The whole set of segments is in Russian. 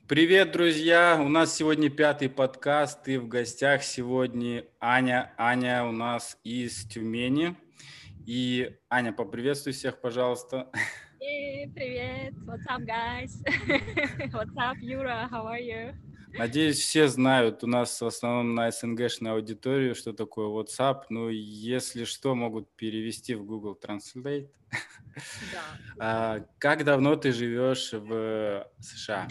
Привет, друзья! У нас сегодня пятый подкаст, и в гостях сегодня Аня. Аня у нас из Тюмени. И, Аня, поприветствуй всех, пожалуйста. Привет! What's up, guys? What's up, Юра? How are you? Надеюсь, все знают, у нас в основном на СНГшной аудитории, что такое WhatsApp. Ну, если что, могут перевести в Google Translate. Да. Как давно ты живешь в США?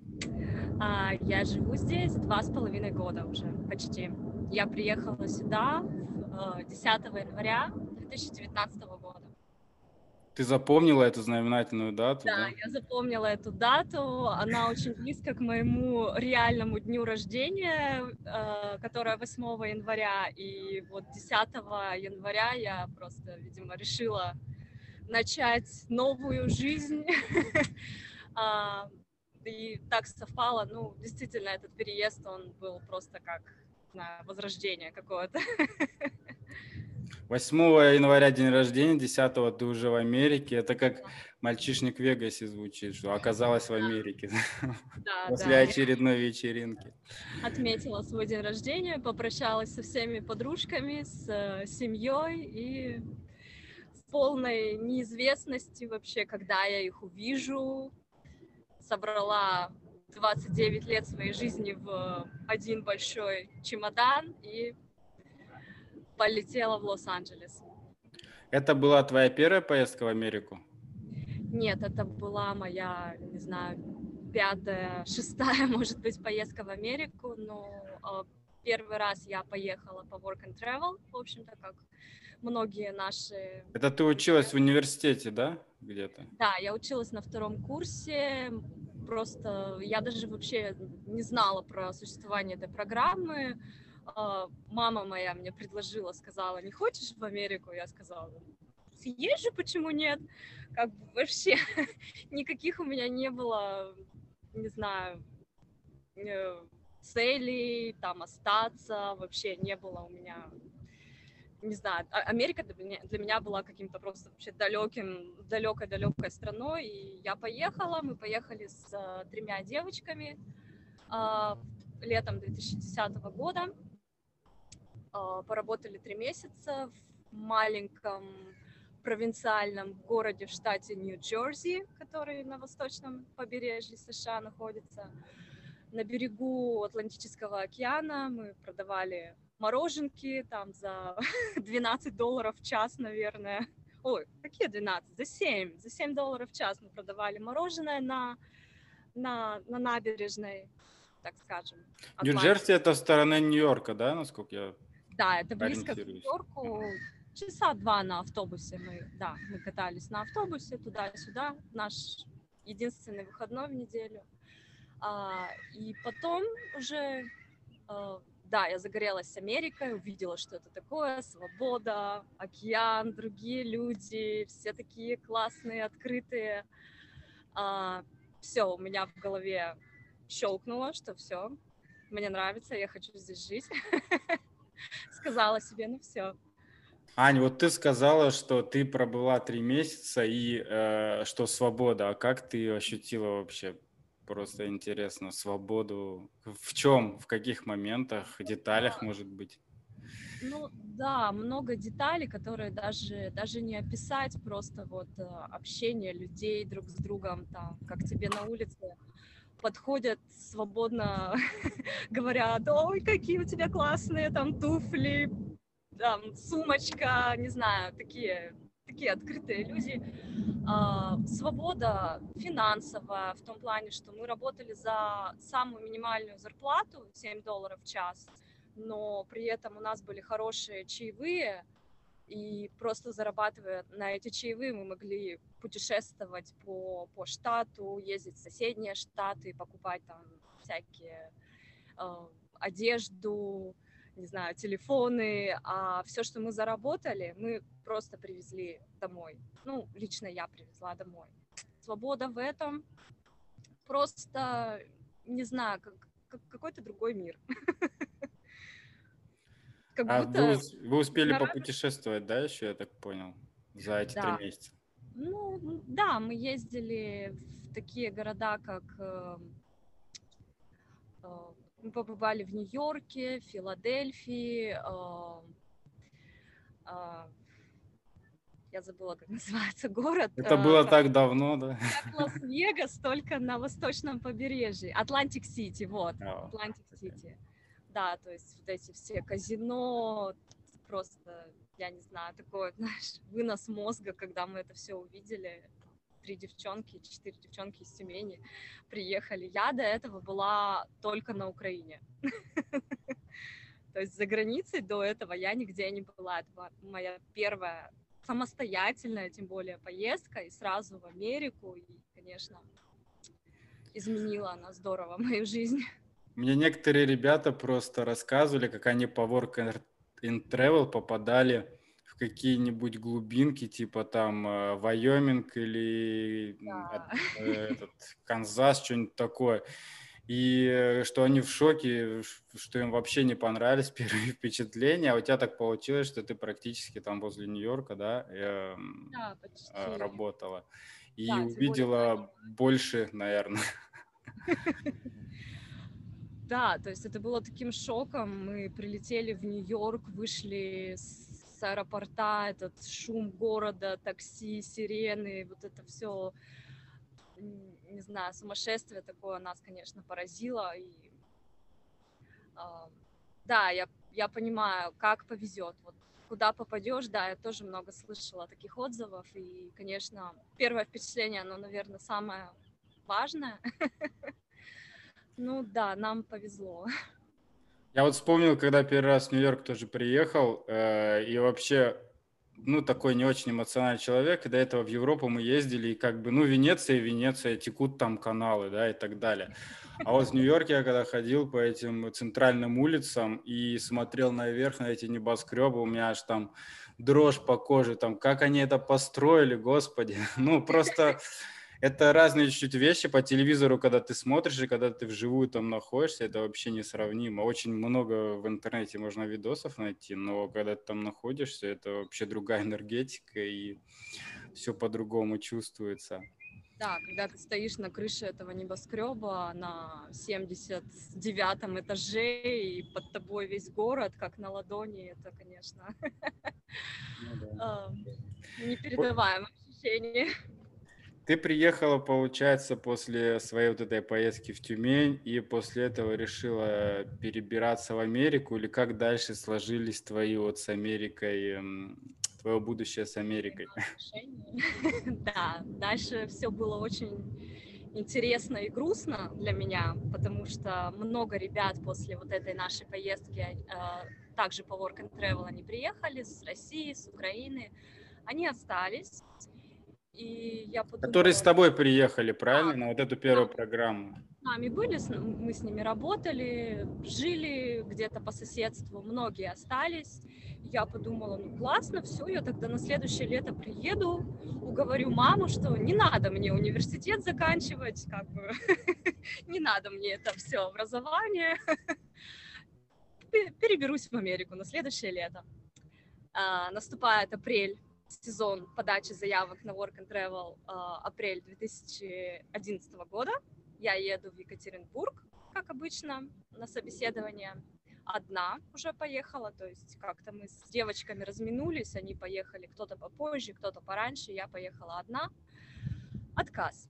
Я живу здесь 2,5 года уже, почти. Я приехала сюда 10 января 2019 года. Ты запомнила эту знаменательную дату, Да, да? я запомнила эту дату. Она очень близко к моему реальному дню рождения, которое 8 января. И вот 10 января я просто, видимо, решила начать новую жизнь. И так совпало, ну, действительно, этот переезд, он был просто как, не знаю, возрождение какое-то. 8 января день рождения, 10 ты уже в Америке. Это как мальчишник в Вегасе звучит, что оказалась в Америке Да, после да. очередной вечеринки. Отметила свой день рождения, попрощалась со всеми подружками, с семьей и в полной неизвестности вообще, когда я их увижу. Собрала 29 лет своей жизни в один большой чемодан и полетела в Лос-Анджелес. Это была твоя первая поездка в Америку? Нет, это была моя, не знаю, пятая, шестая, может быть, поездка в Америку, но первый раз я поехала по work and travel, в общем-то, как многие наши Это ты друзья. училась в университете, да, где-то? Да, я училась на втором курсе, просто я даже вообще не знала про существование этой программы. Мама моя мне предложила, сказала: не хочешь в Америку? Я сказала: съезжу, почему нет? Как бы вообще никаких у меня не было, не знаю, целей там остаться, вообще не было у меня, не знаю, Америка для меня была каким-то просто вообще далекой страной, и я поехала, мы поехали с 3 девочками летом 2010 года, поработали 3 месяца в маленьком провинциальном городе в штате Нью-Джерси, который на восточном побережье США находится. На берегу Атлантического океана мы продавали мороженки там за $12 в час, наверное. Ой, какие 12? За $7 в час мы продавали мороженое на набережной, так скажем, Нью-Джерси — Атлантики. это стороны Нью-Йорка, да, насколько я Да, это близко к ориентируюсь? Нью-Йорку. Часа 2 на автобусе мы катались на автобусе туда-сюда. Наш единственный выходной в неделю. И потом уже, да, я загорелась Америкой, увидела, что это такое, свобода, океан, другие люди, все такие классные, открытые. Все, у меня в голове щелкнуло, что все, мне нравится, я хочу здесь жить. Сказала себе, ну все. Ань, вот ты сказала, что ты пробыла 3 месяца и что свобода. А как ты ее ощутила вообще? Просто интересно, свободу в чем, в каких моментах, деталях, может быть? Ну да, много деталей, которые даже не описать, просто вот общение людей друг с другом, там, как тебе на улице подходят свободно, говорят: ой, какие у тебя классные там туфли, там, сумочка, не знаю, такие открытые люди. Свобода финансовая в том плане, что мы работали за самую минимальную зарплату, $7 в час, но при этом у нас были хорошие чаевые, и просто зарабатывая на эти чаевые, мы могли путешествовать по штату, ездить в соседние штаты, покупать там всякие одежду, не знаю, телефоны, а все, что мы заработали, мы просто привезли домой. Ну, лично я привезла домой. Свобода в этом просто, не знаю, как какой-то другой мир. Как А вы, будто вы успели гора... попутешествовать, да, еще, я так понял, за эти три Да, месяца? ну, да, мы ездили в такие города, как Мы побывали в Нью-Йорке, Филадельфии, я забыла, как называется город. Это было так давно, да? Как Лас-Вегас, только на восточном побережье. Атлантик-Сити, вот. А, Атлантик-Сити. Да, то есть вот эти все казино, просто, я не знаю, такой, знаешь, вынос мозга, когда мы это все увидели. 4 девчонки из Тюмени приехали. Я до этого была только на Украине. То есть за границей до этого я нигде не была. Это была моя первая самостоятельная, тем более, поездка, и сразу в Америку. И, конечно, изменила она здорово мою жизнь. Мне некоторые ребята просто рассказывали, как они по Work and Travel попадали в какие-нибудь глубинки, типа там Вайоминг или Да. этот, Канзас, что-нибудь такое. И что они в шоке, что им вообще не понравились первые впечатления. А у тебя так получилось, что ты практически там возле Нью-Йорка, да, Да, почти. работала. И Да, тем более увидела больше, наверное. да, то есть это было таким шоком. Мы прилетели в Нью-Йорк, вышли с аэропорта, этот шум города, такси, сирены, вот это все, не знаю, сумасшествие такое нас, конечно, поразило. И, да, я понимаю, как повезет. Вот куда попадешь, да, я тоже много слышала таких отзывов. И, конечно, первое впечатление, оно, наверное, самое важное. Ну да, нам повезло. Я вот вспомнил, когда первый раз в Нью-Йорк тоже приехал, и вообще, ну, такой не очень эмоциональный человек, и до этого в Европу мы ездили, и как бы, ну, Венеция, текут там каналы, да, и так далее. А вот в Нью-Йорке я когда ходил по этим центральным улицам и смотрел наверх на эти небоскребы, у меня аж там дрожь по коже, там, как они это построили, господи. Ну, просто это разные чуть-чуть вещи по телевизору, когда ты смотришь и когда ты вживую там находишься, это вообще несравнимо. Очень много в интернете можно видосов найти, но когда ты там находишься, это вообще другая энергетика и все по-другому чувствуется. Да, когда ты стоишь на крыше этого небоскреба на 79-м этаже, и под тобой весь город, как на ладони, это, конечно, Ну да. непередаваемое ощущение. Ты приехала, получается, после своей вот этой поездки в Тюмень и после этого решила перебираться в Америку, или как дальше сложились твои вот с Америкой, твое будущее с Америкой? Да, дальше все было очень интересно и грустно для меня, потому что много ребят после вот этой нашей поездки также по Work and Travel они приехали с России, с Украины, они остались, и я Которые с подумала, тобой приехали, правильно, да, на вот эту первую программу? с нами были, мы с ними работали, жили где-то по соседству, многие остались. Я подумала, ну классно, все, я тогда на следующее лето приеду, уговорю маму, что не надо мне университет заканчивать, как бы не надо мне это все образование, переберусь в Америку на следующее лето. Наступает апрель, сезон подачи заявок на Work and Travel, апрель 2011 года. Я еду в Екатеринбург, как обычно, на собеседование. Одна уже поехала, то есть как-то мы с девочками разминулись, они поехали кто-то попозже, кто-то пораньше, я поехала одна. Отказ.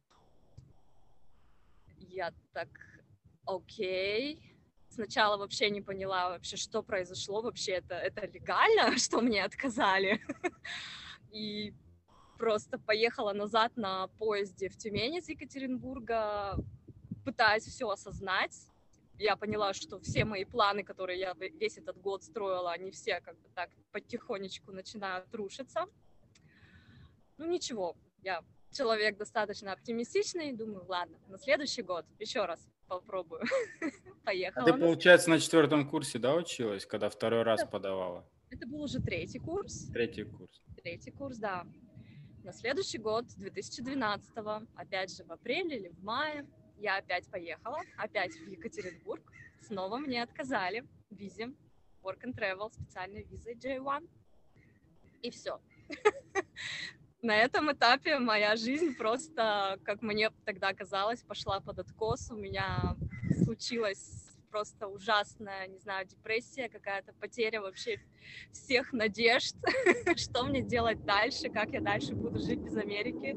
Я так, окей. Сначала вообще не поняла вообще, что произошло, вообще это легально, что мне отказали. И просто поехала назад на поезде в Тюмень из Екатеринбурга, пытаясь все осознать. Я поняла, что все мои планы, которые я весь этот год строила, они все как бы так потихонечку начинают рушиться. Ну ничего, я человек достаточно оптимистичный, думаю, ладно, на следующий год еще раз попробую. А Поехала. ты, получается, на 4-м курсе, да, училась, когда второй раз подавала? Это был уже третий курс. 3-й курс. Третий курс, да. На следующий год, 2012-го, опять же в апреле или в мае, я опять поехала, опять в Екатеринбург. Снова мне отказали в визе Work and Travel, специальной визой J1. И все. На этом этапе моя жизнь просто, как мне тогда казалось, пошла под откос. У меня случилось просто ужасная, не знаю, депрессия, какая-то потеря вообще всех надежд, что мне делать дальше, как я дальше буду жить без Америки.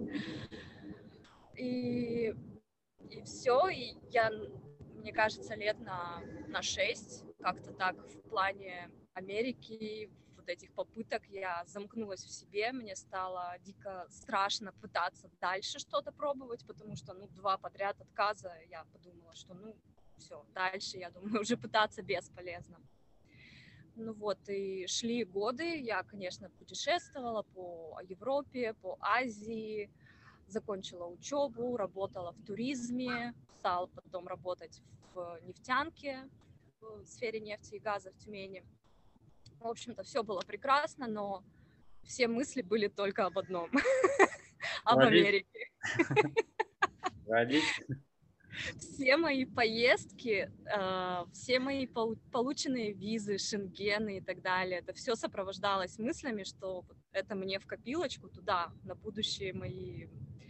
И все, и я, мне кажется, лет на 6 как-то так в плане Америки, вот этих попыток я замкнулась в себе, мне стало дико страшно пытаться дальше что-то пробовать, потому что, 2 подряд отказа, я подумала, что, все, дальше, я думаю, уже пытаться бесполезно. И шли годы, я, конечно, путешествовала по Европе, по Азии, закончила учебу, работала в туризме, стала потом работать в нефтянке, в сфере нефти и газа в Тюмени. В общем-то, все было прекрасно, но все мысли были только об одном, об Валить, Америке. валить. Все мои поездки, все мои полученные визы, шенгены и так далее, это все сопровождалось мыслями, что это мне в копилочку туда, на будущую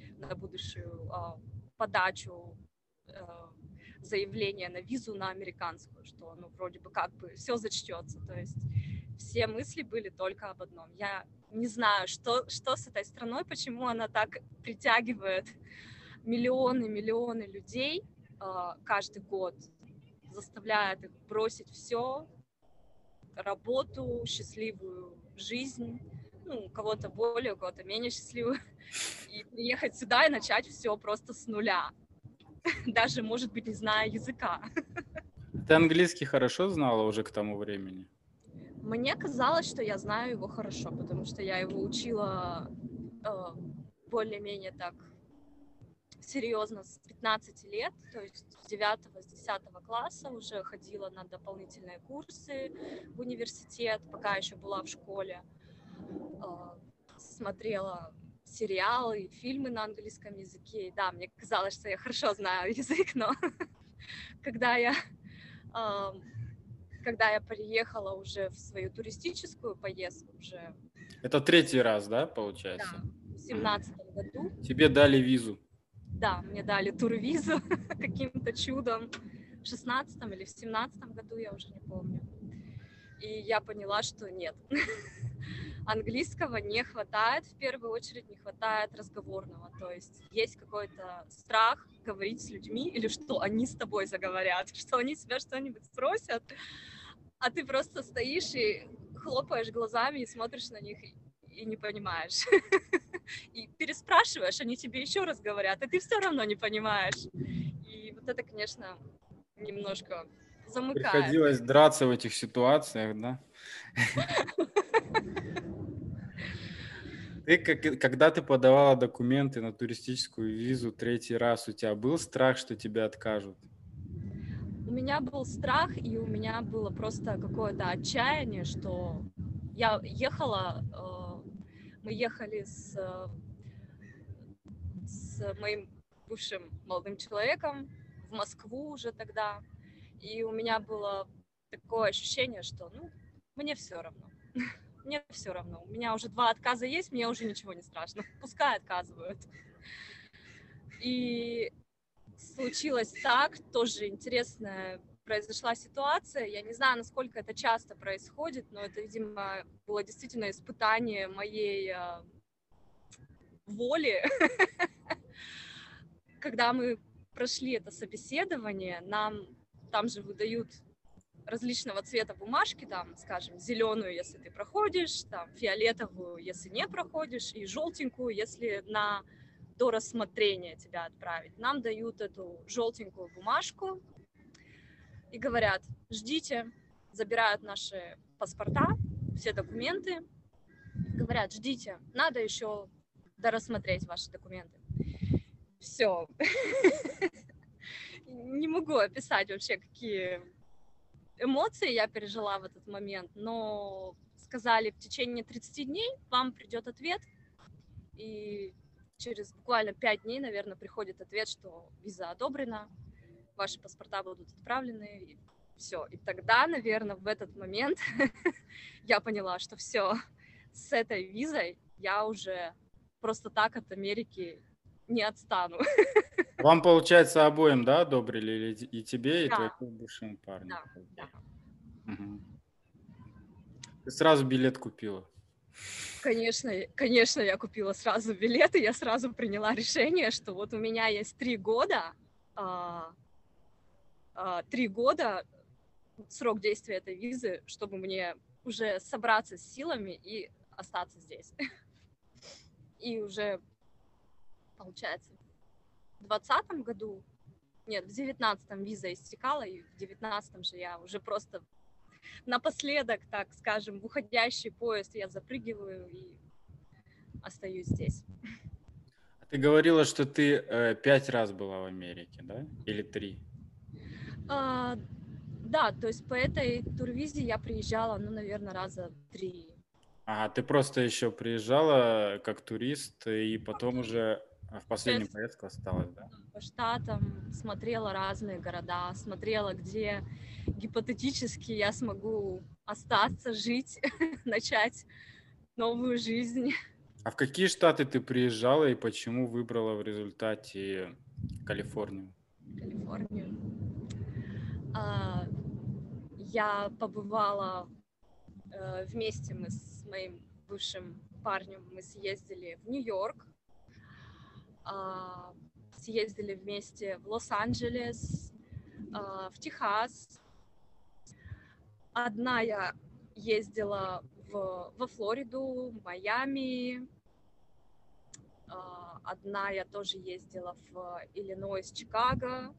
подачу заявления на визу на американскую, что, вроде бы как бы все зачтется. То есть все мысли были только об одном. Я не знаю, что с этой страной, почему она так притягивает миллионы людей каждый год, заставляет их бросить все, работу, счастливую жизнь, у кого-то более, у кого-то менее счастливую, и приехать сюда и начать все просто с нуля, даже, может быть, не зная языка. Ты английский хорошо знала уже к тому времени? Мне казалось, что я знаю его хорошо, потому что я его учила более-менее так серьезно с 15 лет, то есть с 9 с 10 класса уже ходила на дополнительные курсы в университет, пока еще была в школе, смотрела сериалы и фильмы на английском языке. И да, мне казалось, что я хорошо знаю язык, но когда я приехала уже в свою туристическую поездку, уже Это 3-й раз, да, да, получается? в 17 году, Тебе дали визу. да, мне дали турвизу каким-то чудом в 16 или в 17 году, я уже не помню. И я поняла, что нет, английского не хватает, в первую очередь не хватает разговорного, то есть какой-то страх говорить с людьми или что они с тобой заговорят, что они тебя что-нибудь спросят, а ты просто стоишь и хлопаешь глазами и смотришь на них и не понимаешь. И переспрашиваешь, они тебе еще раз говорят, и ты все равно не понимаешь. И вот это, конечно, немножко замыкает. Приходилось драться в этих ситуациях, да? Когда ты подавала документы на туристическую визу 3-й раз, у тебя был страх, что тебя откажут? У меня был страх, и у меня было просто какое-то отчаяние, что я ехала, мы ехали с моим бывшим молодым человеком в Москву уже тогда, и у меня было такое ощущение, что, мне все равно. Мне все равно. У меня уже 2 отказа есть, мне уже ничего не страшно. Пускай отказывают. И случилось так, тоже интересная произошла ситуация. Я не знаю, насколько это часто происходит, но это, видимо, было действительно испытание моей воли. Когда мы прошли это собеседование, нам там же выдают различного цвета бумажки, там, скажем, зеленую, если ты проходишь, там, фиолетовую, если не проходишь, и желтенькую, если на дорассмотрение тебя отправить. Нам дают эту желтенькую бумажку и говорят, ждите, забирают наши паспорта, все документы, говорят, ждите, надо еще дорассмотреть ваши документы. Все. Не могу описать вообще, какие эмоции я пережила в этот момент, но сказали, в течение 30 дней вам придет ответ, и через буквально 5 дней, наверное, приходит ответ, что виза одобрена, ваши паспорта будут отправлены, и все. И тогда, наверное, в этот момент я поняла, что все, с этой визой я уже просто так от Америки не отстану. Вам, получается, обоим, да, одобрили? Или и тебе, и Да, твоему бывшему парню? да, да. Мгм. Ты сразу билет купила? Конечно, я купила сразу билеты, я сразу приняла решение, что вот у меня есть 3 года, 3 года срок действия этой визы, чтобы мне уже собраться с силами и остаться здесь. И уже, получается, в 2020 году, нет, в 19-м виза истекала, и в 19-м же я уже просто напоследок, так скажем, в уходящий поезд я запрыгиваю и остаюсь здесь. А ты говорила, что ты 5 раз была в Америке, да? Или 3? А, да, то есть по этой турвизе я приезжала, ну, наверное, раза 3. Ага, ты просто еще приезжала как турист, и потом уже в последнюю поездку осталась, да? По штатам, смотрела разные города, смотрела, где гипотетически я смогу остаться, жить, начать новую жизнь. А в какие штаты ты приезжала и почему выбрала в результате Калифорнию? В Калифорнию. А, Я побывала вместе, мы с моим бывшим парнем, мы съездили в Нью-Йорк, а, съездили вместе в Лос-Анджелес, в Техас. Одна я ездила во Флориду, в Майами. Одна я тоже ездила в Иллинойс, Чикаго.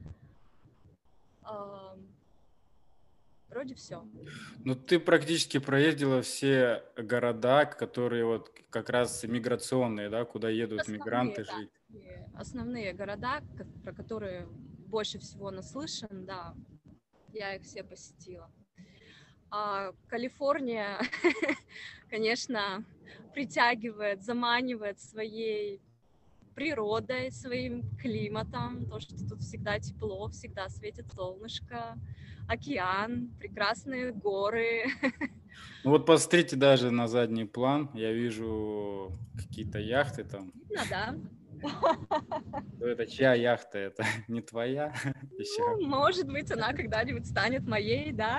Вроде все. Ну, ты практически проездила все города, которые вот как раз миграционные, да, куда едут Основные, мигранты да, жить. основные города, про которые больше всего наслышан, да, я их все посетила. А Калифорния, конечно, притягивает, заманивает своей природой, своим климатом, то, что тут всегда тепло, всегда светит солнышко, океан, прекрасные горы. Ну вот посмотрите даже на задний план, я вижу какие-то яхты там. Видно, да? Ну, это чья яхта? Это не твоя еще? Ну, может быть, она когда-нибудь станет моей, да?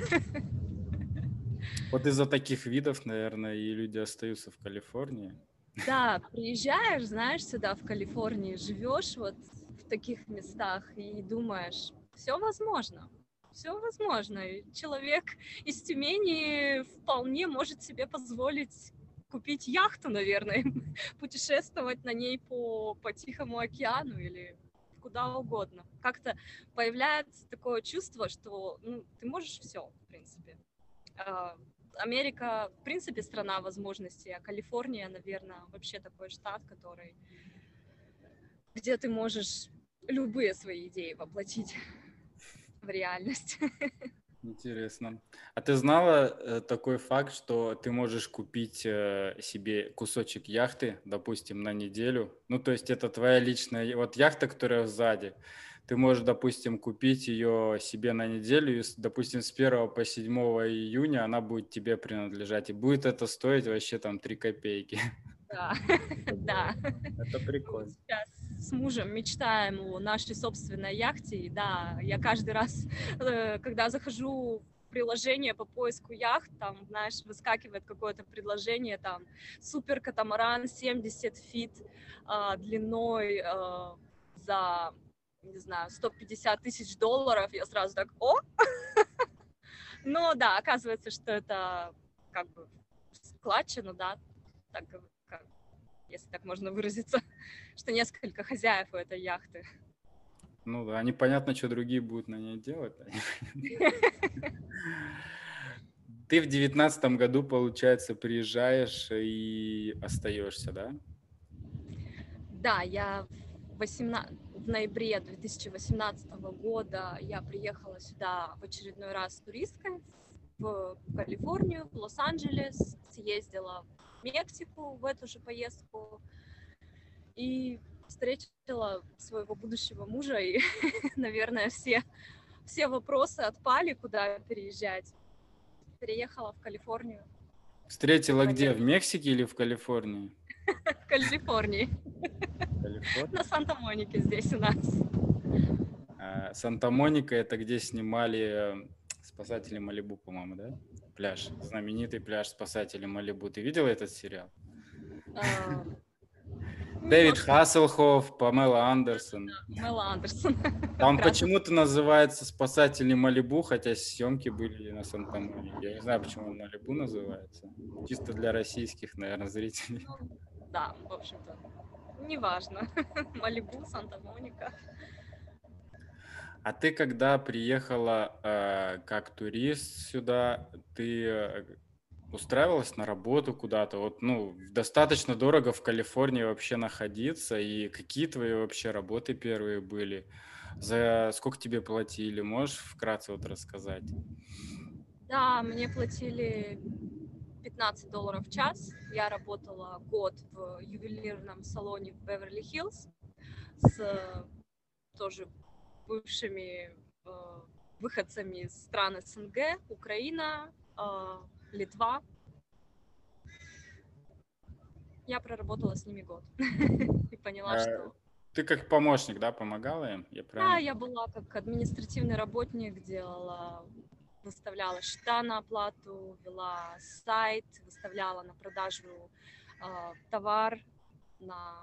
Вот из-за таких видов, наверное, и люди остаются в Калифорнии. Да, приезжаешь, знаешь, сюда, в Калифорнии, живешь вот в таких местах и думаешь, все возможно. Все возможно. И человек из Тюмени вполне может себе позволить купить яхту, наверное, путешествовать на ней по Тихому океану или куда угодно. Как-то появляется такое чувство, что ну, ты можешь все, в принципе. Америка, в принципе, страна возможностей, а Калифорния, наверное, вообще такой штат, где ты можешь любые свои идеи воплотить в реальность. Интересно. А ты знала такой факт, что ты можешь купить себе кусочек яхты, допустим, на неделю? Ну, то есть это твоя личная вот яхта, которая сзади. Ты можешь, допустим, купить ее себе на неделю, и, допустим, с 1 по 7 июня она будет тебе принадлежать. И будет это стоить вообще там 3 копейки. Да, да. Это Мы вот прикольно. сейчас с мужем мечтаем о нашей собственной яхте. И да, я каждый раз, когда захожу в приложение по поиску яхт, там, знаешь, выскакивает какое-то предложение, там, супер катамаран 70 фит длиной за, не знаю, 150 тысяч долларов. Я сразу так, о! Но да, оказывается, что это как бы складчину, да, так, если так можно выразиться, что несколько хозяев у этой яхты. Ну да, непонятно, что другие будут на ней делать. Ты в 19 году, получается, приезжаешь и остаешься, да? Да, я в ноябре 2018 года я приехала сюда в очередной раз туристкой в Калифорнию, в Лос-Анджелес, съездила в Мексику в эту же поездку и встретила своего будущего мужа, и, наверное, все вопросы отпали, куда переезжать. Переехала в Калифорнию. Встретила где? В Наконец-то. Мексике или в Калифорнии? В Калифорнии. Калифорния? На Санта-Монике здесь у нас. Санта-Моника — это где снимали «Спасатели Малибу», по-моему, да? Пляж, знаменитый пляж «Спасатели Малибу». Ты видела этот сериал? А, Дэвид Немножко, Хасселхофф, Памела Андерсон. Мэла Андерсон. Как Там раз. почему-то называется «Спасатели Малибу», хотя съемки были на Санта-Монике. Я не знаю, почему он Малибу называется. Чисто для российских, наверное, зрителей. Ну, да, в общем-то, неважно. Малибу, Санта-Моника. А ты, когда приехала как турист сюда, ты устраивалась на работу куда-то? Вот, ну, достаточно дорого в Калифорнии вообще находиться. И какие твои вообще работы первые были? За сколько тебе платили? Можешь вкратце вот рассказать? Да, мне платили $15 в час. Я работала год в ювелирном салоне в Беверли-Хиллз с тоже бывшими выходцами из стран СНГ, Украина, Литва. Я проработала с ними год и поняла, Э, что Ты как помощник, да, помогала им? Я да, правильно? я была как административный работник, делала, выставляла счета на оплату, вела сайт, выставляла на продажу товар на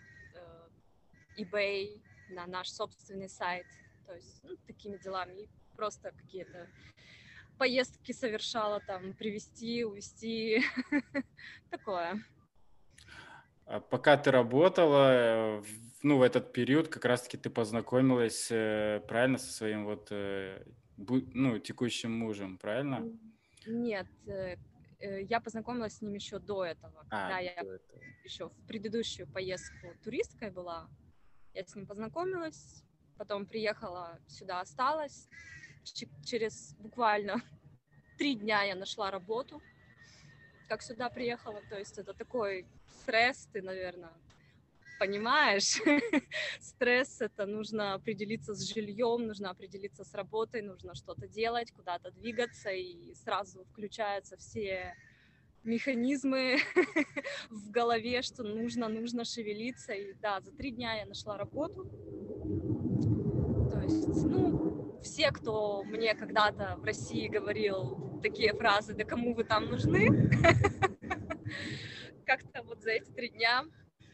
eBay, на наш собственный сайт, то есть ну, такими делами. И просто какие-то поездки совершала, там, привезти, увезти, такое. Пока ты работала, ну, в этот период как раз-таки ты познакомилась, правильно, со своим вот, ну, текущим мужем, правильно? Нет, я познакомилась с ним еще до этого, когда я До этого. еще в предыдущую поездку туристкой была. Я с ним познакомилась, потом приехала сюда, осталась. Через буквально 3 дня я нашла работу, как сюда приехала. То есть это такой стресс, ты, наверное, понимаешь. Стресс — это нужно определиться с жильем, нужно определиться с работой, нужно что-то делать, куда-то двигаться, и сразу включаются все механизмы в голове, что нужно шевелиться. И да, за 3 дня я нашла работу. То есть, ну, все, кто мне когда-то в России говорил такие фразы: да кому вы там нужны, как-то вот за эти 3 дня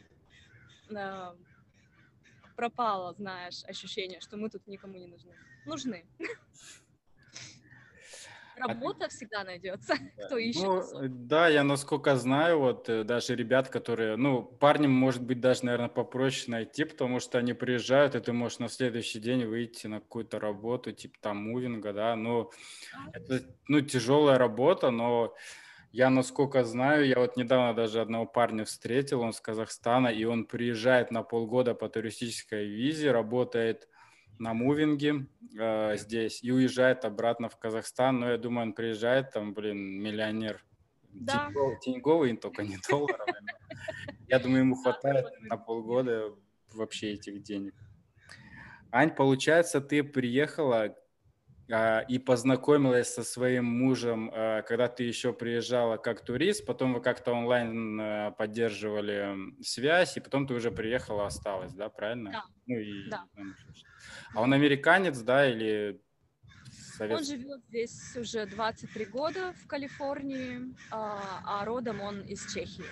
пропало, знаешь, ощущение, что мы тут никому не нужны. Нужны. А ты Работа всегда найдется, Да. кто ищет Ну, особенно. да, я насколько знаю, вот даже ребят, которые, ну, парнем, может быть, даже, наверное, попроще найти, потому что они приезжают, и ты можешь на следующий день выйти на какую-то работу, типа там мувинга, да, но это, ну, тяжелая работа, но я, насколько знаю, я вот недавно даже одного парня встретил, он с Казахстана, и он приезжает на полгода по туристической визе, работает на мувинге здесь и уезжает обратно в Казахстан. Но я думаю, он приезжает, там, блин, миллионер. Да, Деньговый, только не долларовый. Но я думаю, ему да, хватает такой на мир. полгода вообще этих денег. Ань, получается, ты приехала и познакомилась со своим мужем, когда ты еще приезжала как турист, потом вы как-то онлайн поддерживали связь, и потом ты уже приехала, осталась, да, правильно? Да, Ну и да. замуж вышла. А он американец, да, или Он советский? живет здесь уже 23 года в Калифорнии, а родом он из Чехии.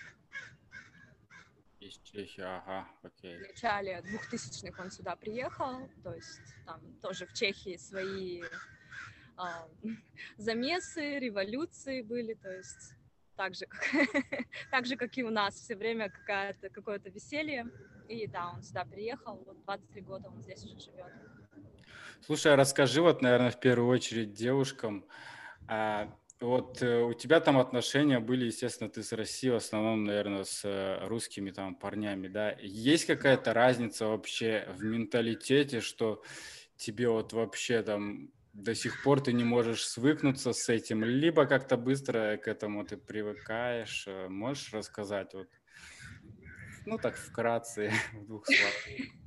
Из Чехии, ага, В окей. начале 2000-х он сюда приехал, то есть там тоже в Чехии свои а, замесы, революции были, то есть так же, как, так же, как и у нас, все время какое-то веселье. И да, он сюда приехал, вот 23 года он здесь уже живет. Слушай, а расскажи вот, наверное, в первую очередь девушкам, вот у тебя там отношения были, естественно, ты с Россией, в основном, наверное, с русскими там парнями, да? Есть Да. какая-то разница вообще в менталитете, что тебе вот вообще там до сих пор ты не можешь свыкнуться с этим, либо как-то быстро к этому ты привыкаешь? Можешь рассказать вот, ну так вкратце, в двух словах?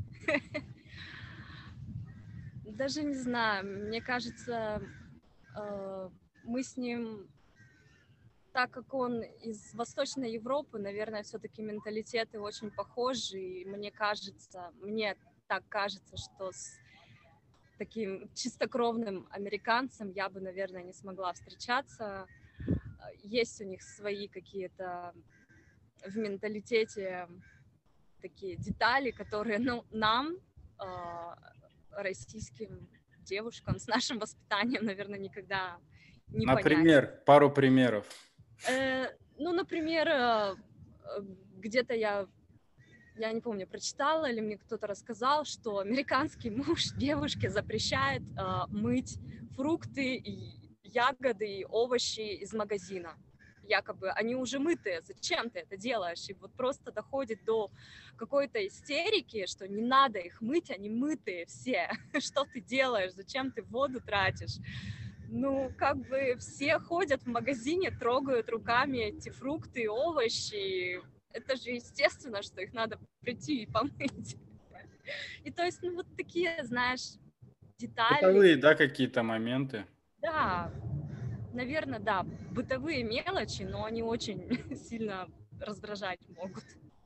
Даже не знаю, мне кажется, мы с ним так как он из Восточной Европы, наверное, все-таки менталитеты очень похожи, и мне так кажется, что с таким чистокровным американцем я бы, наверное, не смогла встречаться. Есть у них свои какие-то в менталитете такие детали, которые, ну, нам, российским девушкам с нашим воспитанием, наверное, никогда не понять. Например, пару примеров. Ну, например, где-то я не помню, прочитала или мне кто-то рассказал, что американский муж девушке запрещает мыть фрукты и ягоды и овощи из магазина. Якобы они уже мытые, зачем ты это делаешь? И вот просто доходит до какой-то истерики, что не надо их мыть, они мытые все. Что ты делаешь? Зачем ты воду тратишь? Ну, как бы все ходят в магазине, трогают руками эти фрукты, овощи. Это же естественно, что их надо прийти и помыть. И то есть, ну, вот такие, знаешь, детали. Бытовые, да, какие-то моменты. Да, наверное, да, бытовые мелочи, но они очень сильно раздражать могут.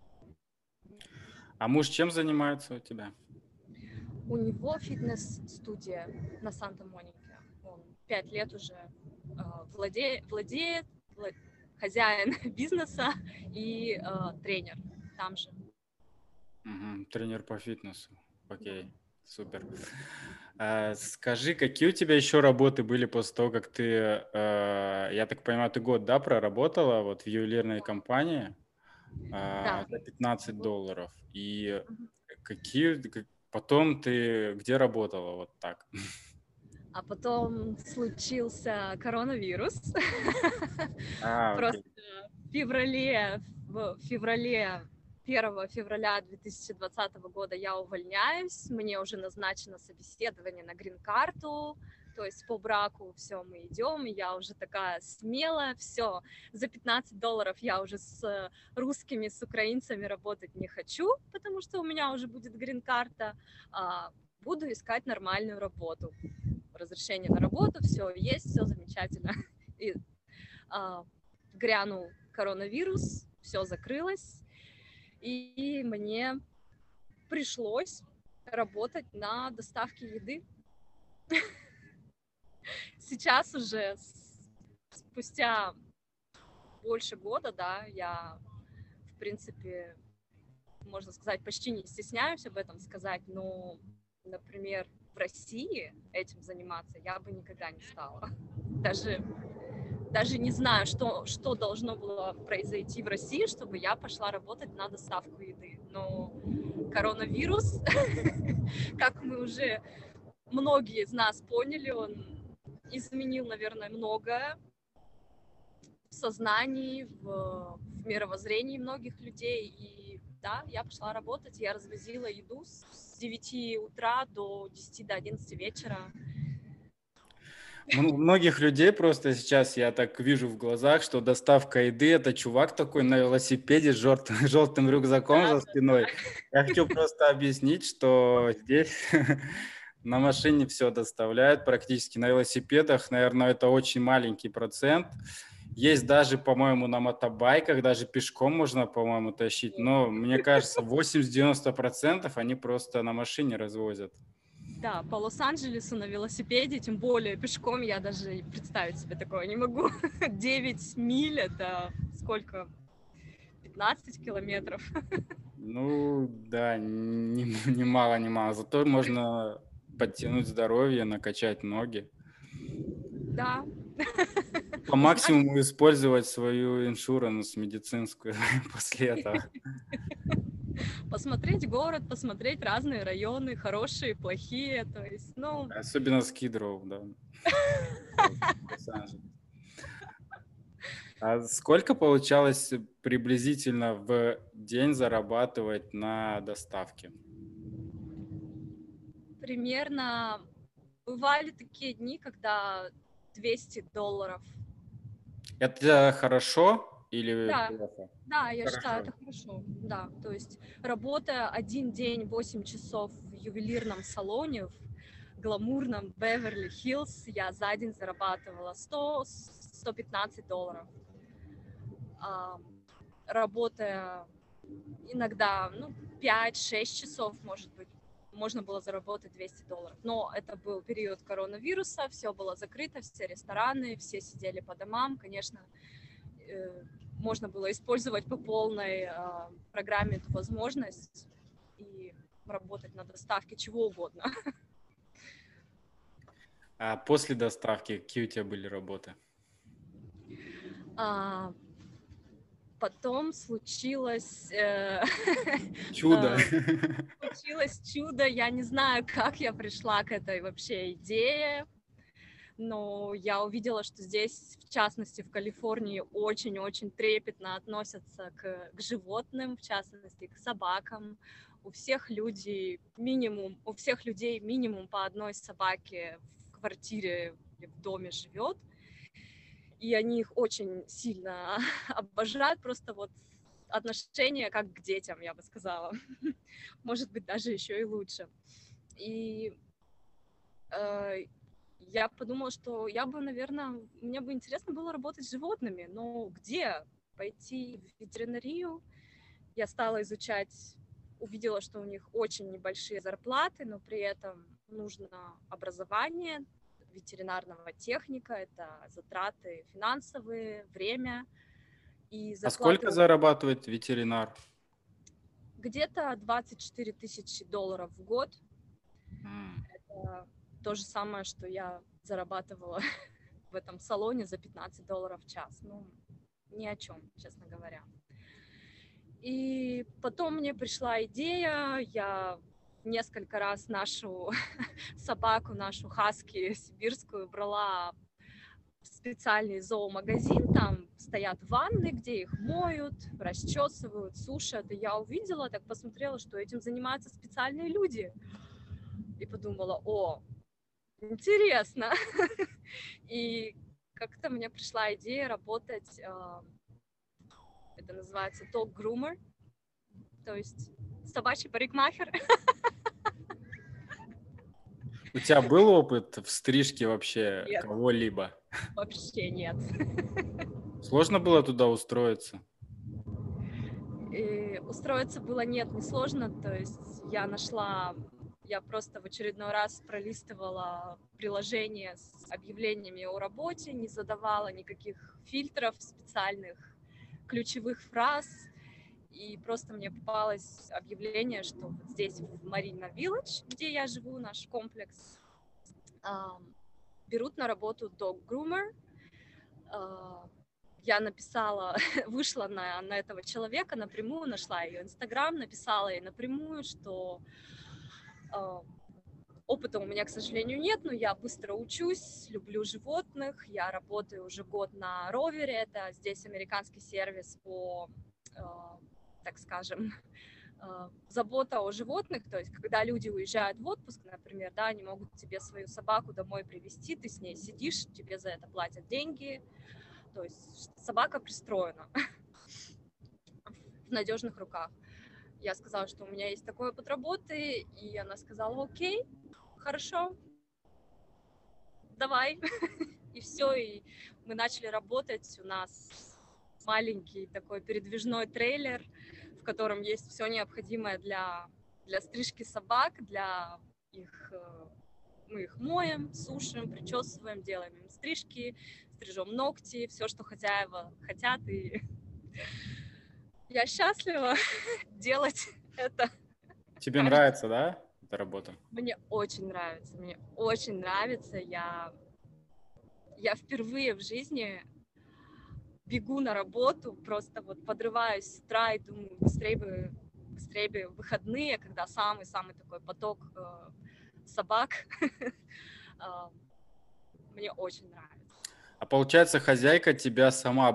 А муж чем занимается у тебя? У него фитнес-студия на Санта-Монике. Он 5 лет уже владеет, хозяин бизнеса и тренер там же. Мгм, тренер по фитнесу. Окей, супер. Скажи, какие у тебя еще работы были после того, как ты, я так понимаю, ты год, да, проработала вот в ювелирной компании Да. за $15? И потом ты где работала вот так? А потом случился коронавирус. Окей. Просто в феврале 1 февраля 2020 года я увольняюсь, мне уже назначено собеседование на грин-карту, то есть по браку все, мы идем, и я уже такая смелая, все, за $15 я уже с русскими, с украинцами работать не хочу, потому что у меня уже будет грин-карта, буду искать нормальную работу. Разрешение на работу, все есть, все замечательно. И грянул коронавирус, все закрылось, и мне пришлось работать на доставке еды. Сейчас уже спустя больше года, да, я, в принципе, можно сказать, почти не стесняюсь об этом сказать, но, например, в России этим заниматься я бы никогда не стала. Даже не знаю, что должно было произойти в России, чтобы я пошла работать на доставку еды. Но коронавирус, как мы уже многие из нас поняли, он изменил, наверное, многое в сознании, в мировоззрении многих людей. И да, я пошла работать, я развозила еду с 9 утра до 10, до 11 вечера. Многих людей просто сейчас я так вижу в глазах, что доставка еды — это чувак такой на велосипеде с желтым рюкзаком за спиной. Я хочу просто объяснить, что здесь на машине все доставляют, практически на велосипедах, наверное, это очень маленький процент. Есть даже, по-моему, на мотобайках, даже пешком можно, по-моему, тащить, но мне кажется, 80-90% они просто на машине развозят. Да, по Лос-Анджелесу на велосипеде, тем более пешком, я даже представить себе такое не могу. 9 миль — это сколько? 15 километров. Ну, да, немало, немало. Зато можно подтянуть здоровье, накачать ноги. Да. По Узнать, максимуму использовать свою иншуранс медицинскую после этого. посмотреть город, посмотреть разные районы, хорошие, плохие, то есть, ну, Особенно скидроу, да. Лос-Анджелес. А сколько получалось приблизительно в день зарабатывать на доставке? примерно бывали такие дни, когда $200. Это хорошо или Да, плохо? да, я считаю, Хорошо. это хорошо, да, то есть работая один день 8 часов в ювелирном салоне, в гламурном Беверли-Хиллз, я за день зарабатывала $100-115. работая иногда 5-6 часов, может быть, можно было заработать $200. Но это был период коронавируса, все было закрыто, все рестораны, все сидели по домам. Конечно, можно было использовать по полной программе эту возможность и работать на доставке чего угодно. А после доставки какие у тебя были работы? Потом случилось Чудо. случилось чудо. Я не знаю, как я пришла к этой вообще идее, но я увидела, что здесь, в частности, в Калифорнии, очень-очень трепетно относятся к животным, в частности, к собакам. У всех людей минимум по одной собаке в квартире или в доме живет. И они их очень сильно обожают, просто вот отношение как к детям, я бы сказала. Может быть, даже еще и лучше. И я подумала, что мне бы интересно было работать с животными, но где? Пойти в ветеринарию? Я стала изучать, увидела, что у них очень небольшие зарплаты, но при этом нужно образование ветеринарного техника, это затраты финансовые, время и А сколько зарплаты зарабатывает ветеринар? где-то $24 тысячи в год. Это то же самое, что я зарабатывала в этом салоне за $15 в час. Ни о чем, честно говоря. И потом мне пришла идея, я несколько раз нашу собаку, нашу хаски сибирскую, брала в специальный зоомагазин, там стоят ванны, где их моют, расчесывают, сушат. И я увидела, так посмотрела, что этим занимаются специальные люди. И подумала, интересно. И как-то мне пришла идея работать, это называется dog groomer, то есть собачий парикмахер. У тебя был опыт в стрижке вообще Нет, кого-либо? вообще нет. Сложно было туда устроиться? И устроиться было не сложно, то есть я просто в очередной раз пролистывала приложение с объявлениями о работе, не задавала никаких фильтров специальных, ключевых фраз, и просто мне попалось объявление, что вот здесь, в Marina Village, где я живу, наш комплекс, берут на работу dog groomer. Я написала, вышла на этого человека напрямую, нашла ее Инстаграм, написала ей напрямую, что опыта у меня, к сожалению, нет, но я быстро учусь, люблю животных, я работаю уже год на Ровере, это здесь американский сервис по, так скажем, забота о животных, то есть когда люди уезжают в отпуск, например, да, они могут тебе свою собаку домой привезти, ты с ней сидишь, тебе за это платят деньги, то есть собака пристроена в надежных руках. Я сказала, что у меня есть такой опыт работы, и она сказала, окей, хорошо, давай. И все, и мы начали работать. У нас маленький такой передвижной трейлер, в котором есть все необходимое для стрижки собак, мы их моем, сушим, причесываем, делаем им стрижки, стрижем ногти, все, что хозяева хотят, и я счастлива делать это. Тебе нравится, да, эта работа? Мне очень нравится. Я впервые в жизни бегу на работу, просто вот подрываюсь с утра и думаю, быстрее бы выходные, когда самый-самый такой поток собак. Мне очень нравится. А получается, хозяйка тебя сама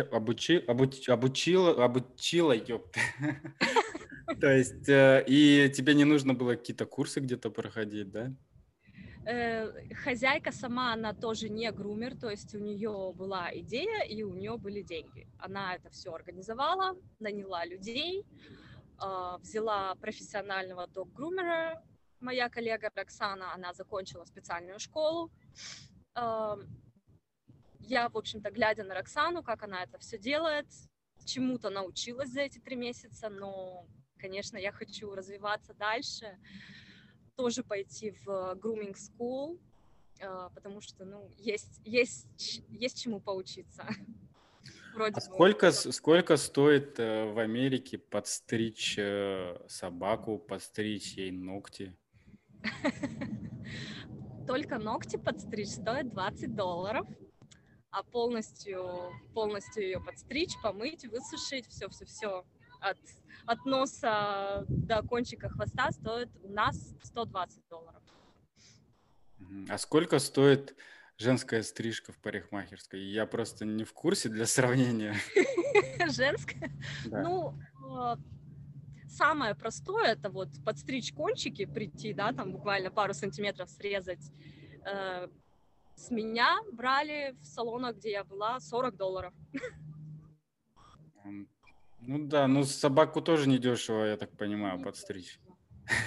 обучила, ёпта. То есть, и тебе не нужно было какие-то курсы где-то проходить, да? Хозяйка сама, она тоже не грумер, то есть у нее была идея и у нее были деньги. Она это все организовала, наняла людей, взяла профессионального дог-грумера. Моя коллега Роксана, она закончила специальную школу. Я, в общем-то, глядя на Роксану, как она это все делает, чему-то научилась за эти 3 месяца, но, конечно, я хочу развиваться дальше, тоже пойти в grooming school, потому что, ну, есть чему поучиться. А Вроде бы. сколько стоит в Америке подстричь собаку, подстричь ей ногти? Только ногти подстричь стоит $20, а полностью ее подстричь, помыть, высушить, все от носа до кончика хвоста стоит у нас $120. Мгм. А сколько стоит женская стрижка в парикмахерской? Я просто не в курсе для сравнения. Женская. Да. Ну, самое простое это вот подстричь кончики, прийти, да, там буквально пару сантиметров срезать. С меня брали в салонах, где я была, $40. М, Ну да, ну собаку тоже недешево, я так понимаю, подстричь. Недешево.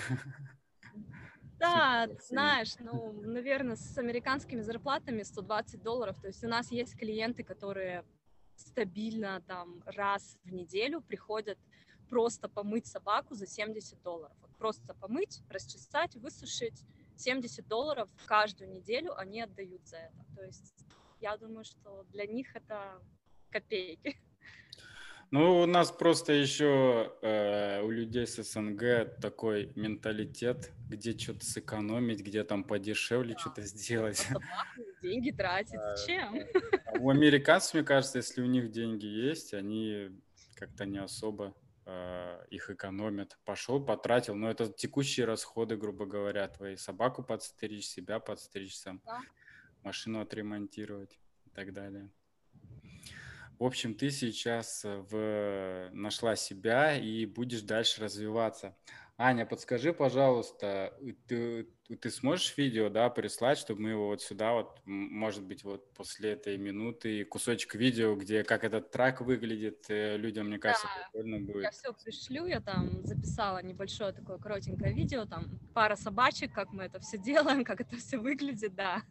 Судя Да, по цене. знаешь, ну, наверное, с американскими зарплатами $120. То есть у нас есть клиенты, которые стабильно там раз в неделю приходят просто помыть собаку за $70. Вот просто помыть, расчесать, высушить. $70 каждую неделю они отдают за это. То есть я думаю, что для них это копейки. Ну, у нас просто еще у людей с СНГ такой менталитет, где что-то сэкономить, где там подешевле что-то На сделать. собаку деньги тратить. Зачем? А у американцев, мне кажется, если у них деньги есть, они как-то не особо их экономят. Пошел, потратил, но это текущие расходы, грубо говоря, твои. Собаку подстричь, себя подстричь, сам, Да. машину отремонтировать и так далее. В общем, ты сейчас нашла себя и будешь дальше развиваться. Аня, подскажи, пожалуйста, ты сможешь видео, да, прислать, чтобы мы его вот сюда, вот, может быть, вот после этой минуты, кусочек видео, где как этот трак выглядит, людям, мне Да, кажется, прикольно я будет. все пришлю, я там записала небольшое такое коротенькое видео, там пара собачек, как мы это все делаем, как это все выглядит, да.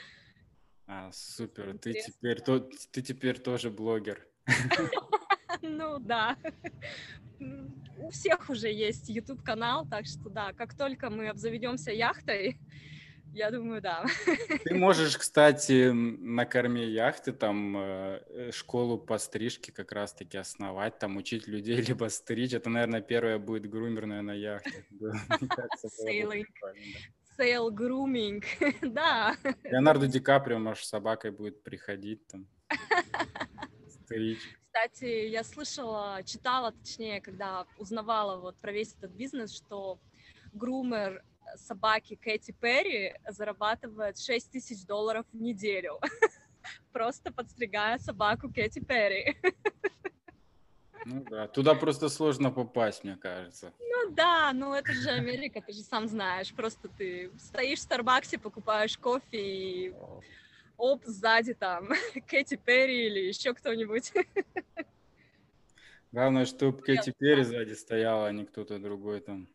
Если Супер, интересно. ты теперь тоже блогер. Ну да. У всех уже есть YouTube-канал, так что да, как только мы обзаведемся яхтой, я думаю, да. Ты можешь, кстати, на корме яхты там школу по стрижке как раз-таки основать, там учить людей либо стричь. Это, наверное, первая будет грумерная на яхте. Да, мне кажется, было бы Сейлинг, прикольно, да. сейл груминг, да. Это Леонардо Ди будет. Каприо, может, с собакой будет приходить там, стричь. Кстати, я слышала, читала, точнее, когда узнавала вот про весь этот бизнес, что грумер собаки Кэти Перри зарабатывает $6000 в неделю, просто подстригая собаку Кэти Перри. Ну да, туда просто сложно попасть, мне кажется. Ну да, ну это же Америка, ты же сам знаешь. Просто ты стоишь в Старбаксе, покупаешь кофе и оп, сзади там Кэти Перри или еще кто-нибудь. Главное, чтобы Кэти Перри сзади стояла, а не кто-то другой там.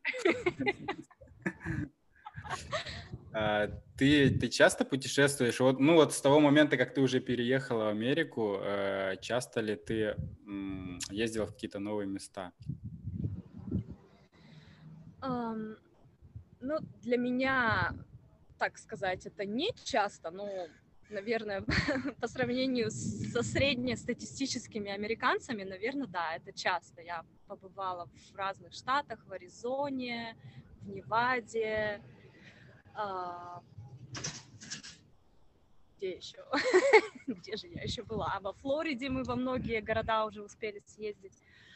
Ты часто путешествуешь? Вот, ну вот с того момента, как ты уже переехала в Америку, часто ли ты ездила в какие-то новые места? Ну, для меня, так сказать, это не часто, но, наверное, по сравнению со среднестатистическими американцами, наверное, да, это часто. Я побывала в разных штатах, в Аризоне, в Неваде, где еще? Где же я еще была? Во Флориде мы во многие города уже успели съездить.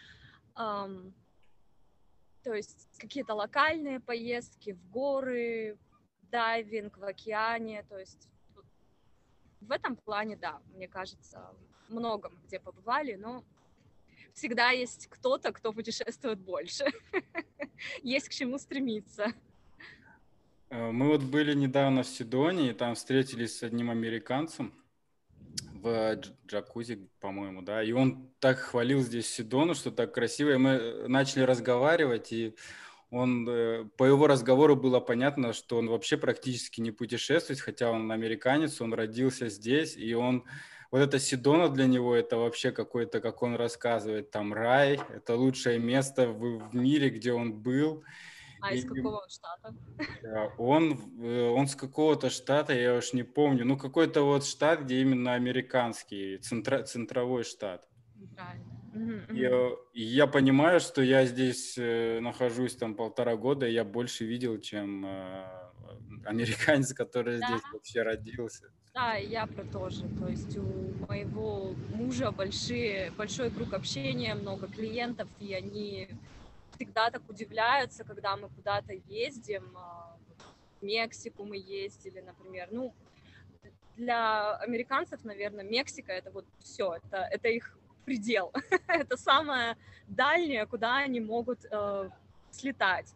То есть какие-то локальные поездки в горы, дайвинг в океане. То есть в этом плане, да, мне кажется, многом где побывали, но всегда есть кто-то, кто путешествует больше. Есть к чему стремиться. Мы вот были недавно в Сидоне, и там встретились с одним американцем в джакузи, по-моему, да, и он так хвалил здесь Сидону, что так красиво, и мы начали разговаривать, и он, по его разговору было понятно, что он вообще практически не путешествует, хотя он американец, он родился здесь, и он вот это Сидона для него это вообще какой-то, как он рассказывает, там рай, это лучшее место в мире, где он был. А из И какого он штата? он с какого-то штата, я уж не помню, ну какой-то вот штат, где именно американский, центровой штат. Правильно. И я понимаю, что я здесь нахожусь там 1,5 года, и я больше видел, чем американец, который Да, здесь вообще родился. да, и я про то же. То есть у моего мужа большой круг общения, много клиентов, и они всегда так удивляются, когда мы куда-то ездим. В Мексику мы ездили, например. Ну, для американцев, наверное, Мексика — это вот все, это их предел. Это самое дальнее, куда они могут слетать.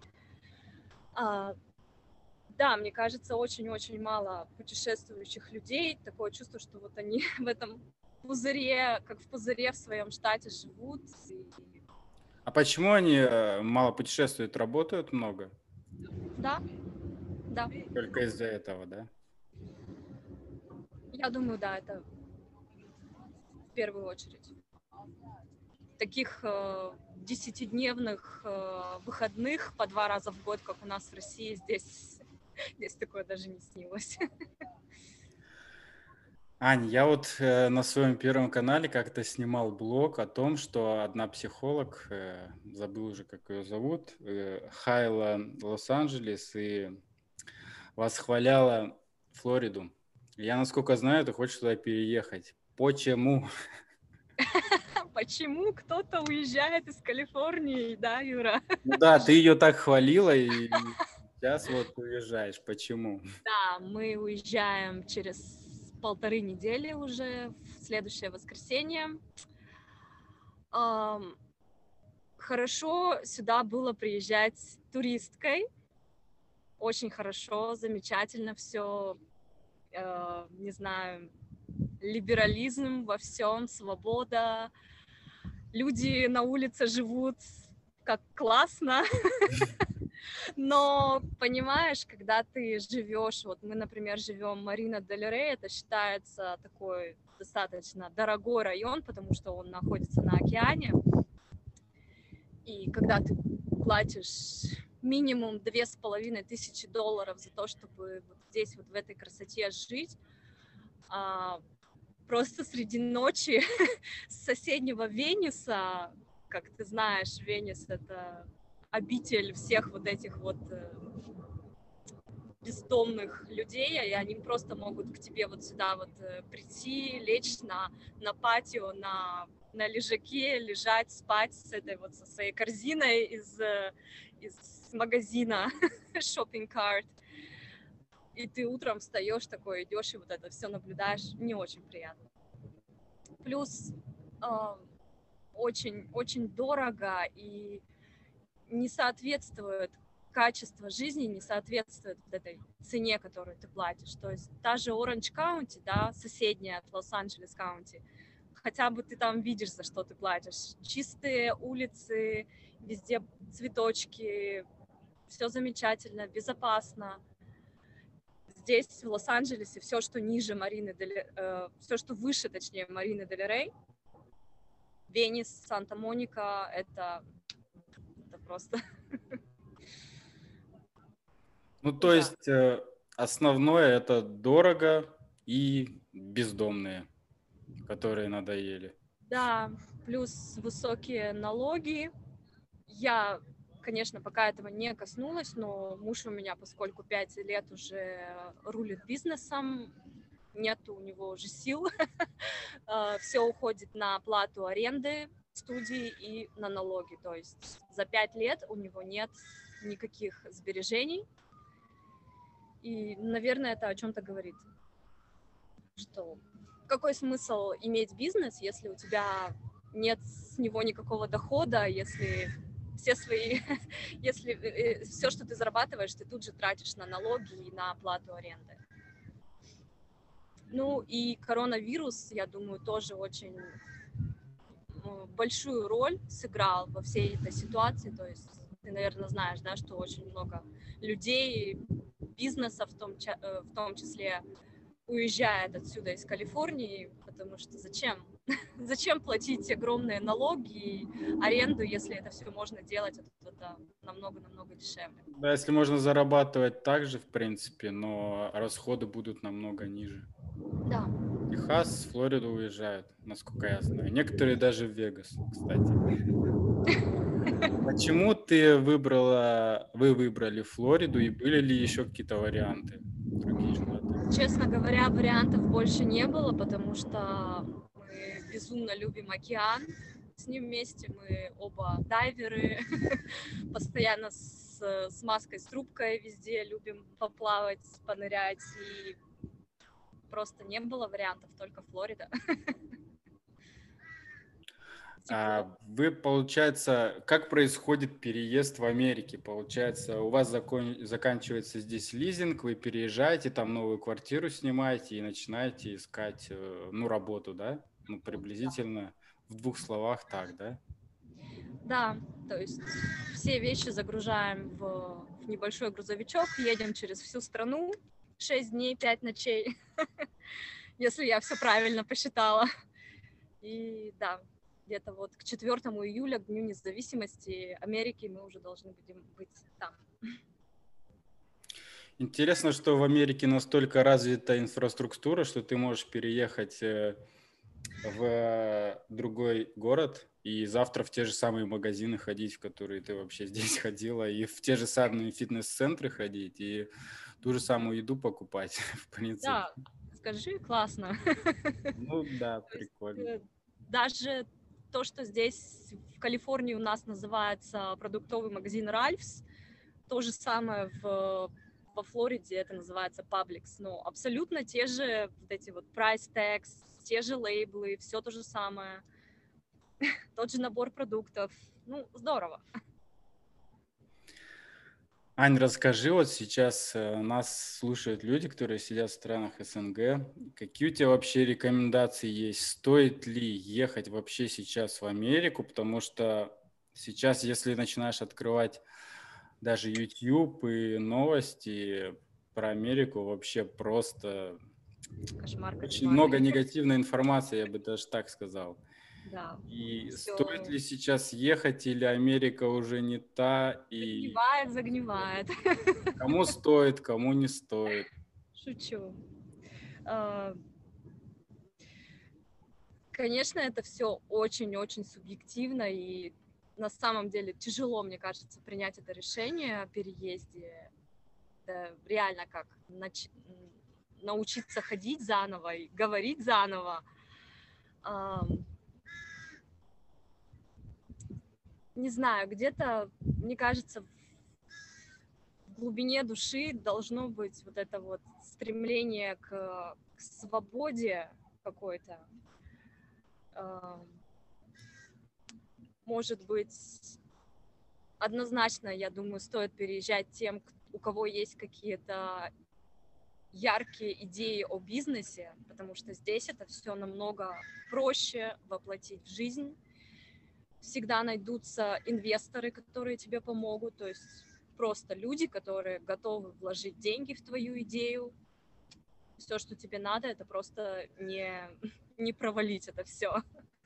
Да, мне кажется, очень-очень мало путешествующих людей. Такое чувство, что вот они в этом пузыре, как в пузыре в своем штате живут. А почему они мало путешествуют, работают много? Да, да. Только из-за этого, да? Я думаю, да, это в первую очередь. Таких 10-дневных выходных по 2 раза в год, как у нас в России, здесь такое даже не снилось. Ань, я вот на своем первом канале как-то снимал блог о том, что одна психолог, забыл уже, как ее зовут, Хайла Лос-Анджелес, и восхваляла Флориду. Я, насколько знаю, ты хочешь туда переехать. Почему? Почему кто-то уезжает из Калифорнии, да, Юра? Ну да, ты ее так хвалила, и сейчас вот уезжаешь. Почему? Да, мы уезжаем через 1,5 недели уже, в следующее воскресенье. Хорошо сюда было приезжать туристкой. Очень хорошо, замечательно все. Не знаю, либерализм во всем, свобода. Люди на улице живут как классно. Но, понимаешь, когда ты живешь, вот мы, например, живем в Марина-дель-Рей, это считается такой достаточно дорогой район, потому что он находится на океане. И когда ты платишь минимум $2500 за то, чтобы вот здесь, вот в этой красоте жить, просто среди ночи с соседнего Вениса, как ты знаешь, Венис — это обитель всех вот этих вот бездомных людей, и они просто могут к тебе вот сюда вот прийти, лечь на патио, на лежаке, лежать, спать с этой вот со своей корзиной из магазина shopping cart. И ты утром встаешь такой, идешь и вот это все наблюдаешь, не очень приятно. Плюс очень дорого и не соответствует качество жизни, не соответствует вот этой цене, которую ты платишь. То есть та же Оранж Каунти, да, соседняя от Лос-Анджелес Каунти, хотя бы ты там видишь, за что ты платишь. Чистые улицы, везде цветочки, все замечательно, безопасно. Здесь, в Лос-Анджелесе, все, что ниже все, что выше, точнее, Марины-дель-Рей, Венис, Санта-Моника, это просто Ну, то ужасно. есть основное это дорого и бездомные, которые надоели. Да, плюс высокие налоги. Я, конечно, пока этого не коснулась, но муж у меня, поскольку 5 лет уже рулит бизнесом, нет у него уже сил, все уходит на оплату аренды студии и на налоги. То есть за 5 лет у него нет никаких сбережений. И, наверное, это о чем-то говорит. Что какой смысл иметь бизнес, если у тебя нет с него никакого дохода, если все, что ты зарабатываешь, ты тут же тратишь на налоги и на оплату аренды. Ну и коронавирус, я думаю, тоже очень большую роль сыграл во всей этой ситуации. То есть ты, наверное, знаешь, да, что очень много людей, бизнесов в том числе, уезжает отсюда из Калифорнии, потому что зачем? Зачем платить огромные налоги и аренду, если это все можно делать это намного-намного дешевле? Да, если можно зарабатывать так же, в принципе, но расходы будут намного ниже. Да. Техас, Флориду уезжают, насколько я знаю. Некоторые даже в Вегас, кстати. Почему вы выбрали Флориду, и были ли еще какие-то варианты, другие штаты? Честно говоря, вариантов больше не было, потому что мы безумно любим океан. С ним вместе мы оба дайверы, постоянно с маской, с трубкой везде любим поплавать, понырять. И просто не было вариантов, только Флорида. Тепло. Вы, получается, как происходит переезд в Америке? Получается, у вас заканчивается здесь лизинг, вы переезжаете, там новую квартиру снимаете и начинаете искать, ну, работу, да? Ну, приблизительно в 2 словах так, да? Да, то есть все вещи загружаем в небольшой грузовичок, едем через всю страну, 6 дней, 5 ночей, если я все правильно посчитала. И да, где-то вот к 4 июля, к Дню независимости Америки, мы уже должны будем быть там. Интересно, что в Америке настолько развита инфраструктура, что ты можешь переехать в другой город и завтра в те же самые магазины ходить, в которые ты вообще здесь ходила, и в те же самые фитнес-центры ходить, и ту же самую еду покупать, в принципе. Да, скажи, классно. Ну да, То есть, прикольно. даже то, что здесь в Калифорнии у нас называется продуктовый магазин Ральфс, то же самое во Флориде это называется Publix. Но абсолютно те же вот эти вот price tags, те же лейблы, все то же самое. Тот же набор продуктов. Ну, здорово. Ань, расскажи, вот сейчас нас слушают люди, которые сидят в странах СНГ. Какие у тебя вообще рекомендации есть? Стоит ли ехать вообще сейчас в Америку? Потому что сейчас, если начинаешь открывать даже YouTube и новости про Америку, вообще просто Кошмар, очень кошмар. много негативной информации, я бы даже так сказал. Да, И стоит все ли сейчас ехать, или Америка уже не та, и загнивает, загнивает. кому стоит, кому не стоит? Шучу. А, Конечно, это все очень-очень субъективно, и на самом деле тяжело, мне кажется, принять это решение о переезде. Это реально как научиться ходить заново и говорить заново. Не знаю, где-то, мне кажется, в глубине души должно быть вот это вот стремление к свободе какой-то. Может быть, однозначно, я думаю, стоит переезжать тем, у кого есть какие-то яркие идеи о бизнесе, потому что здесь это все намного проще воплотить в жизнь. Всегда найдутся инвесторы, которые тебе помогут, то есть просто люди, которые готовы вложить деньги в твою идею. Все, что тебе надо, это просто не провалить это все.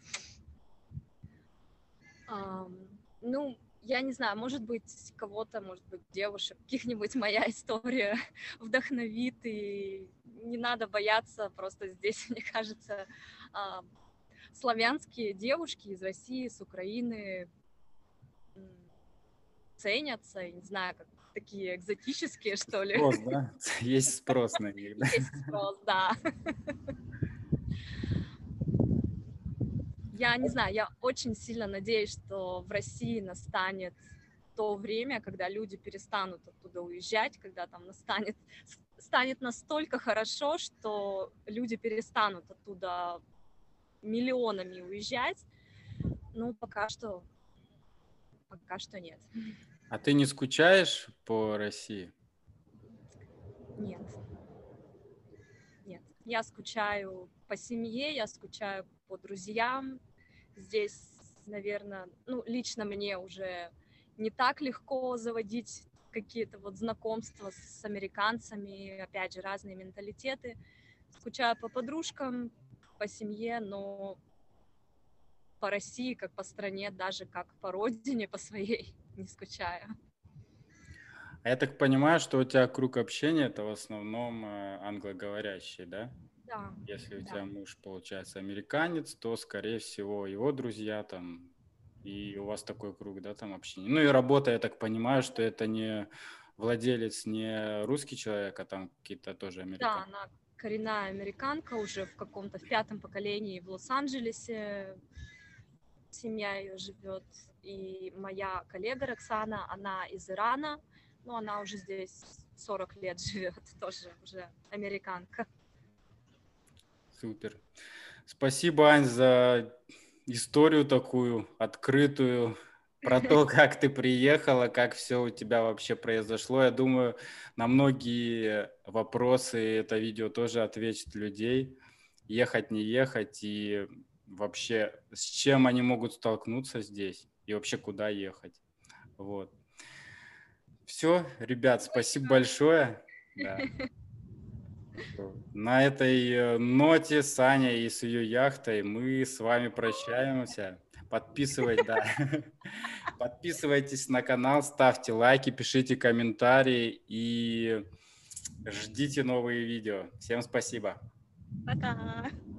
Ну, я не знаю, может быть, кого-то, может быть, девушек, каких-нибудь моя история вдохновит, и не надо бояться, просто здесь, мне кажется, славянские девушки из России, с Украины ценятся, я не знаю, как такие экзотические, что ли. Спрос, да? Есть спрос на них, да? Есть спрос, да. Я не знаю, я очень сильно надеюсь, что в России настанет то время, когда люди перестанут оттуда уезжать, когда там станет настолько хорошо, что люди перестанут оттуда миллионами уезжать. Ну, пока что нет. А ты не скучаешь по России? Нет. Нет. Я скучаю по семье, я скучаю по друзьям. Здесь, наверное, ну, лично мне уже не так легко заводить какие-то вот знакомства с американцами, опять же, разные менталитеты. Скучаю по подружкам, по семье, но по России, как по стране, даже как по родине, по своей не скучаю. А я так понимаю, что у тебя круг общения это в основном англоговорящий, да? Да, Если у да. тебя муж, получается, американец, то, скорее всего, его друзья там, и у вас такой круг, да, там общения. Ну и работа, я так понимаю, что это не владелец, не русский человек, а там какие-то тоже Да, американцы. она коренная американка, уже в каком-то в 5-м поколении в Лос-Анджелесе семья ее живет. И моя коллега Роксана, она из Ирана, но она уже здесь 40 лет живет, тоже уже американка. Супер. Спасибо, Ань, за историю такую открытую, про то, как ты приехала, как все у тебя вообще произошло. Я думаю, на многие вопросы это видео тоже ответит людей. Ехать, не ехать и вообще с чем они могут столкнуться здесь и вообще куда ехать. Вот. Все, ребят, спасибо Спасибо. большое. Да. На этой ноте с Аней и с ее яхтой мы с вами прощаемся. Да. Подписывайтесь на канал, ставьте лайки, пишите комментарии и ждите новые видео. Всем спасибо. Пока.